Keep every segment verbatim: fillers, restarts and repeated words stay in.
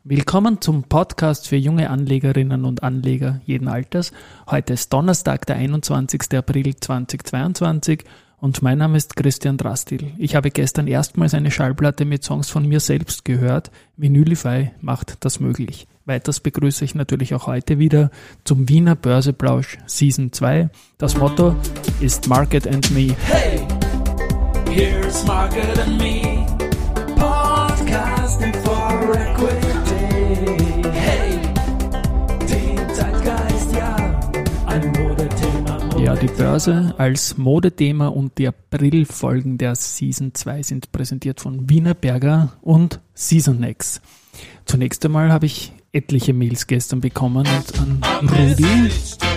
Willkommen zum Podcast für junge Anlegerinnen und Anleger jeden Alters. Heute ist Donnerstag, der einundzwanzigster April zweitausendzweiundzwanzig und mein Name ist Christian Drastil. Ich habe gestern erstmals eine Schallplatte mit Songs von mir selbst gehört. Vinylify macht das möglich. Weiters begrüße ich natürlich auch heute wieder zum Wiener Börseplausch Season zwei. Das Motto ist Market and Me. Hey, here's Market and Me, podcasting for equity. Hey, die Zeitgeist, ja, ein Modethema. Modethema. Ja, die Börse als Modethema und die April-Folgen der Season zwei sind präsentiert von Wienerberger und Seasonex. Zunächst einmal habe ich etliche Mails gestern bekommen und an Rudi,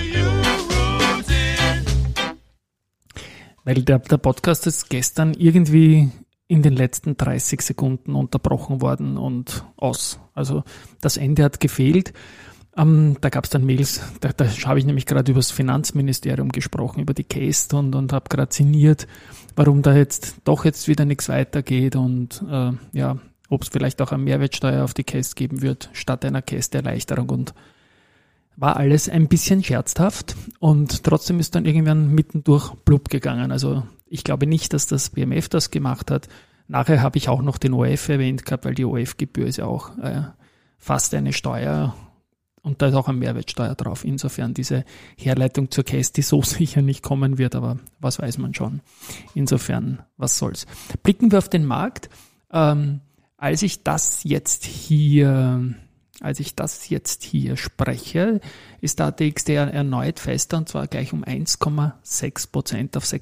weil der, der Podcast ist gestern irgendwie in den letzten dreißig Sekunden unterbrochen worden und aus. Also das Ende hat gefehlt. Ähm, da gab es dann Mails, da, da habe ich nämlich gerade über das Finanzministerium gesprochen, über die Cast und, und habe gerade sinniert, warum da jetzt doch jetzt wieder nichts weitergeht und äh, ja, ob es vielleicht auch eine Mehrwertsteuer auf die Cast geben wird, statt einer Cast-Erleichterung, und war alles ein bisschen scherzhaft und trotzdem ist dann irgendwann mittendurch blub gegangen. Also ich glaube nicht, dass das B M F das gemacht hat. Nachher habe ich auch noch den O F erwähnt gehabt, weil die O F-Gebühr ist ja auch äh, fast eine Steuer und da ist auch eine Mehrwertsteuer drauf. Insofern diese Herleitung zur Cast, die so sicher nicht kommen wird, aber was weiß man schon. Insofern, was soll's. Blicken wir auf den Markt. Ähm, Als ich das jetzt hier, als ich das jetzt hier spreche, ist der A T X T erneut fester und zwar gleich um eins Komma sechs Prozent auf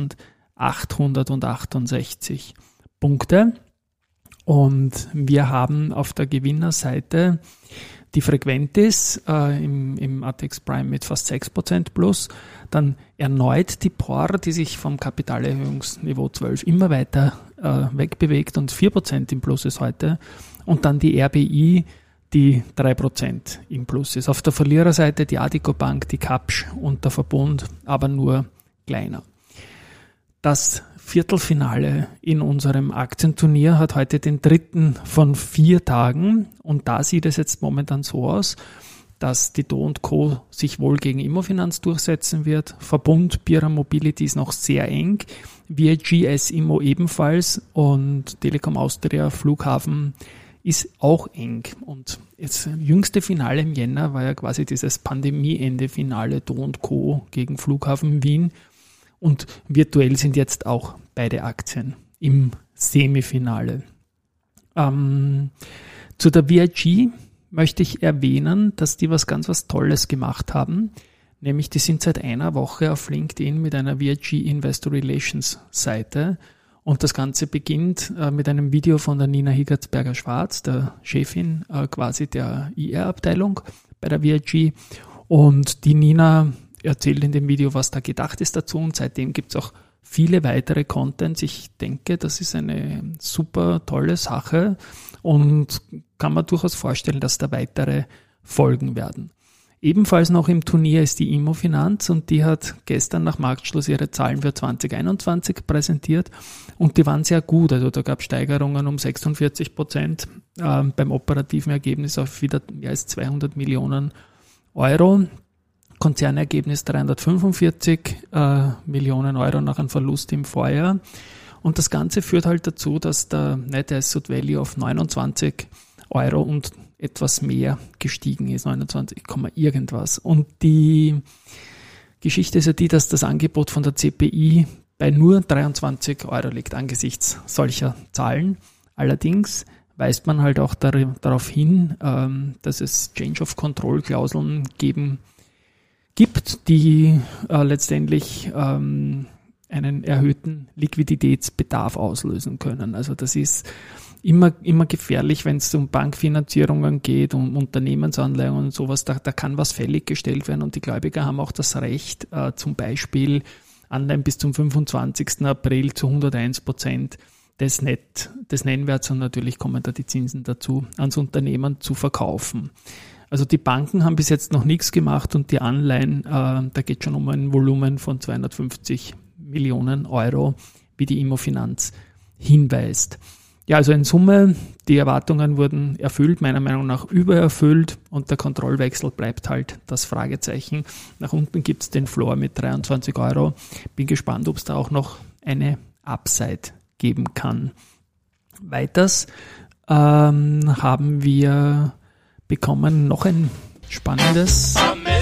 sechstausendachthundertachtundsechzig Punkte. Und wir haben auf der Gewinnerseite die Frequentis äh, im, im A T X Prime mit fast sechs Prozent plus, dann erneut die P O R, die sich vom Kapitalerhöhungsniveau zwölf immer weiter äh, wegbewegt und vier Prozent im Plus ist heute, und dann die R B I, die drei Prozent im Plus ist. Auf der Verliererseite die Addiko Bank, die Kapsch und der Verbund, aber nur kleiner. Das Viertelfinale in unserem Aktienturnier hat heute den dritten von vier Tagen und da sieht es jetzt momentan so aus, dass die Do und Co. sich wohl gegen Immofinanz durchsetzen wird. Verbund Bira Mobility ist noch sehr eng, V I G S-Immo ebenfalls und Telekom Austria Flughafen ist auch eng. Und das jüngste Finale im Jänner war ja quasi dieses Pandemie-Ende-Finale Do und Co. gegen Flughafen Wien. Und virtuell sind jetzt auch beide Aktien im Semifinale. Ähm, zu der V I G möchte ich erwähnen, dass die was ganz was Tolles gemacht haben. Nämlich die sind seit einer Woche auf LinkedIn mit einer V I G Investor Relations Seite. Und das Ganze beginnt äh, mit einem Video von der Nina Higgertsberger-Schwarz, der Chefin äh, quasi der I R-Abteilung bei der V I G. Und die Nina erzählt in dem Video, was da gedacht ist dazu, und seitdem gibt es auch viele weitere Contents. Ich denke, das ist eine super tolle Sache und kann man durchaus vorstellen, dass da weitere folgen werden. Ebenfalls noch im Turnier ist die Immofinanz und die hat gestern nach Marktschluss ihre Zahlen für zwanzig einundzwanzig präsentiert und die waren sehr gut. Also da gab es Steigerungen um sechsundvierzig Prozent äh, beim operativen Ergebnis auf wieder mehr als zweihundert Millionen Euro. Konzernergebnis dreihundertfünfundvierzig äh, Millionen Euro nach einem Verlust im Vorjahr. Und das Ganze führt halt dazu, dass der Net Asset Value auf neunundzwanzig Euro und etwas mehr gestiegen ist, neunundzwanzig, irgendwas. Und die Geschichte ist ja die, dass das Angebot von der C P I bei nur dreiundzwanzig Euro liegt angesichts solcher Zahlen. Allerdings weist man halt auch dar- darauf hin, ähm, dass es Change of Control Klauseln geben gibt, die äh, letztendlich ähm, einen erhöhten Liquiditätsbedarf auslösen können. Also das ist immer immer gefährlich, wenn es um Bankfinanzierungen geht, um Unternehmensanleihen und sowas, da, da kann was fällig gestellt werden und die Gläubiger haben auch das Recht, äh, zum Beispiel Anleihen bis zum fünfundzwanzigsten April zu hunderteins Prozent des, Net, des Nennwerts, und natürlich kommen da die Zinsen dazu, ans Unternehmen zu verkaufen. Also die Banken haben bis jetzt noch nichts gemacht und die Anleihen, äh, da geht schon um ein Volumen von zweihundertfünfzig Millionen Euro, wie die Immofinanz hinweist. Ja, also in Summe, die Erwartungen wurden erfüllt, meiner Meinung nach übererfüllt und der Kontrollwechsel bleibt halt das Fragezeichen. Nach unten gibt es den Floor mit dreiundzwanzig Euro. Bin gespannt, ob es da auch noch eine Upside geben kann. Weiters ähm, haben wir bekommen noch ein spannendes.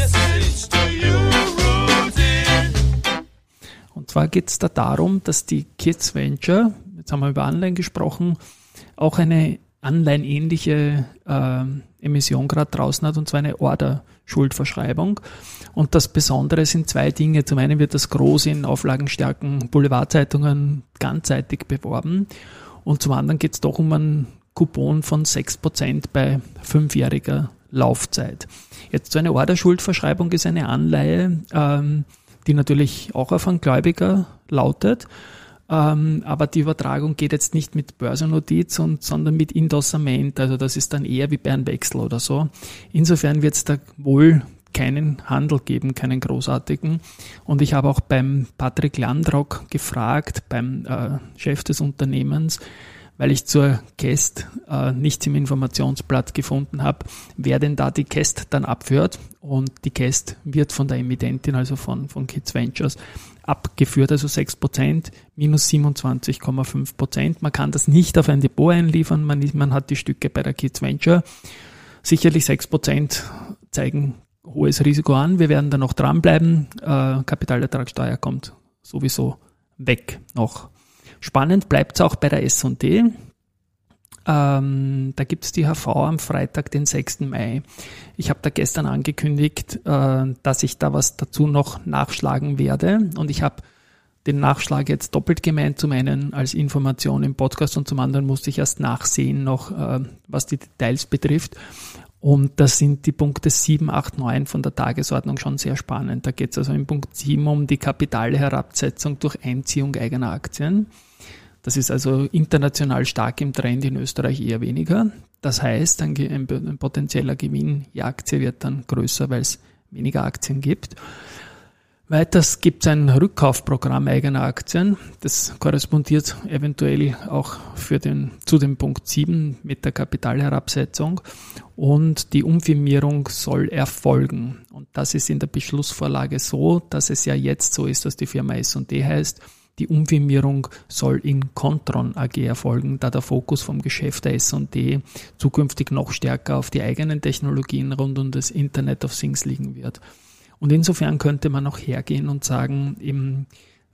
Und zwar geht es da darum, dass die Kids Venture, jetzt haben wir über Anleihen gesprochen, auch eine anleihenähnliche äh, Emission gerade draußen hat, und zwar eine Order-Schuldverschreibung. Und das Besondere sind zwei Dinge. Zum einen wird das groß in auflagenstarken Boulevardzeitungen ganzseitig beworben und zum anderen geht es doch um einen Coupon von sechs Prozent bei fünfjähriger Laufzeit. Jetzt so eine Order-Schuldverschreibung ist eine Anleihe, ähm, die natürlich auch auf einen Gläubiger lautet, ähm, aber die Übertragung geht jetzt nicht mit Börsennotiz, und, sondern mit Indossament, also das ist dann eher wie bei einem Wechsel oder so. Insofern wird es da wohl keinen Handel geben, keinen großartigen. Und ich habe auch beim Patrick Landrock gefragt, beim äh, Chef des Unternehmens, weil ich zur C E S T äh, nichts im Informationsblatt gefunden habe, wer denn da die C E S T dann abführt. Und die C E S T wird von der Emittentin, also von, von Kids Ventures, abgeführt, also sechs Prozent minus siebenundzwanzig Komma fünf Prozent. Man kann das nicht auf ein Depot einliefern, man, man hat die Stücke bei der Kids Venture. Sicherlich sechs Prozent zeigen hohes Risiko an. Wir werden da noch dranbleiben. Äh, Kapitalertragssteuer kommt sowieso weg noch. Spannend bleibt es auch bei der S und D. Ähm, da gibt es die H V am Freitag, den sechsten Mai. Ich habe da gestern angekündigt, äh, dass ich da was dazu noch nachschlagen werde. Und ich habe den Nachschlag jetzt doppelt gemeint. Zum einen als Information im Podcast und zum anderen musste ich erst nachsehen noch, äh, was die Details betrifft. Und da sind die Punkte sieben, acht, neun von der Tagesordnung schon sehr spannend. Da geht es also in Punkt sieben um die Kapitalherabsetzung durch Einziehung eigener Aktien. Das ist also international stark im Trend, in Österreich eher weniger. Das heißt, ein, ein, ein potenzieller Gewinn je Aktie wird dann größer, weil es weniger Aktien gibt. Weiters gibt es ein Rückkaufprogramm eigener Aktien. Das korrespondiert eventuell auch für den, zu dem Punkt sieben mit der Kapitalherabsetzung. Und die Umfirmierung soll erfolgen. Und das ist in der Beschlussvorlage so, dass es ja jetzt so ist, dass die Firma S und D heißt. Die Umfirmierung soll in Kontron A G erfolgen, da der Fokus vom Geschäft der S und D zukünftig noch stärker auf die eigenen Technologien rund um das Internet of Things liegen wird. Und insofern könnte man auch hergehen und sagen, im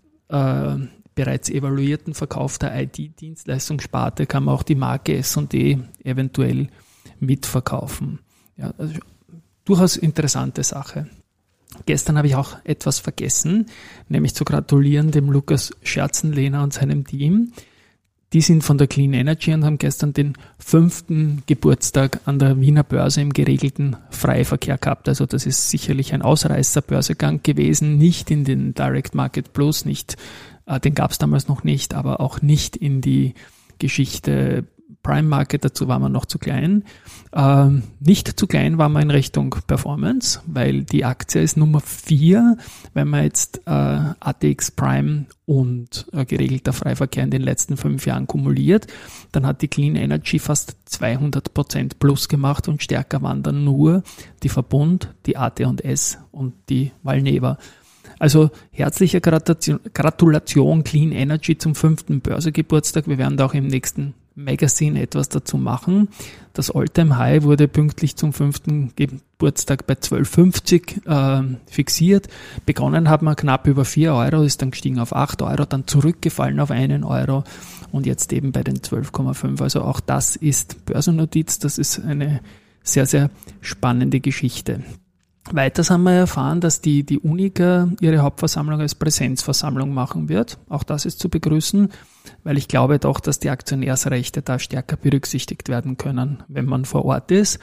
äh, bereits evaluierten Verkauf der I T-Dienstleistungssparte kann man auch die Marke S und D eventuell mitverkaufen. Ja, also durchaus interessante Sache. Gestern habe ich auch etwas vergessen, nämlich zu gratulieren dem Lukas Scherzenlehner und seinem Team. Die sind von der Clean Energy und haben gestern den fünften Geburtstag an der Wiener Börse im geregelten Freiverkehr gehabt. Also das ist sicherlich ein Ausreißer-Börsegang gewesen, nicht in den Direct Market Plus, nicht, äh, den gab es damals noch nicht, aber auch nicht in die Geschichte Prime Market, dazu war man noch zu klein. Ähm, nicht zu klein war man in Richtung Performance, weil die Aktie ist Nummer vier, wenn man jetzt äh, A T X Prime und äh, geregelter Freiverkehr in den letzten fünf Jahren kumuliert, dann hat die Clean Energy fast zweihundert Prozent plus gemacht und stärker waren dann nur die Verbund, die A T und S und die Valneva. Also herzliche Gratulation, Gratulation Clean Energy zum fünften Börsegeburtstag. Wir werden da auch im nächsten Magazine etwas dazu machen. Das All-Time High wurde pünktlich zum fünften Geburtstag bei zwölf fünfzig äh, fixiert. Begonnen hat man knapp über vier Euro, ist dann gestiegen auf acht Euro, dann zurückgefallen auf einen Euro und jetzt eben bei den zwölf Komma fünf. Also auch das ist Börsennotiz, das ist eine sehr, sehr spannende Geschichte. Weiters haben wir erfahren, dass die, die Unica ihre Hauptversammlung als Präsenzversammlung machen wird. Auch das ist zu begrüßen, weil ich glaube doch, dass die Aktionärsrechte da stärker berücksichtigt werden können, wenn man vor Ort ist.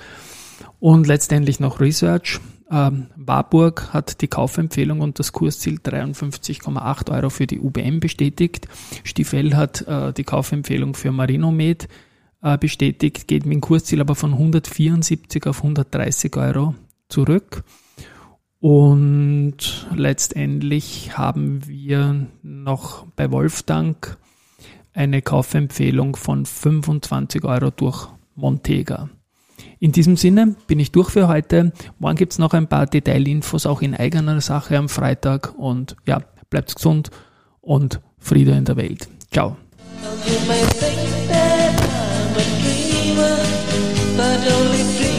Und letztendlich noch Research. Ähm, Warburg hat die Kaufempfehlung und das Kursziel dreiundfünfzig Komma acht Euro für die U B M bestätigt. Stifel hat äh, die Kaufempfehlung für Marinomed äh, bestätigt, geht mit dem Kursziel aber von hundertvierundsiebzig auf hundertdreißig Euro zurück. Und letztendlich haben wir noch bei Wolftank eine Kaufempfehlung von fünfundzwanzig Euro durch Montega. In diesem Sinne bin ich durch für heute. Morgen gibt es noch ein paar Detailinfos, auch in eigener Sache am Freitag. Und ja, bleibt gesund und Friede in der Welt. Ciao. You may think that I'm a dreamer, but only dream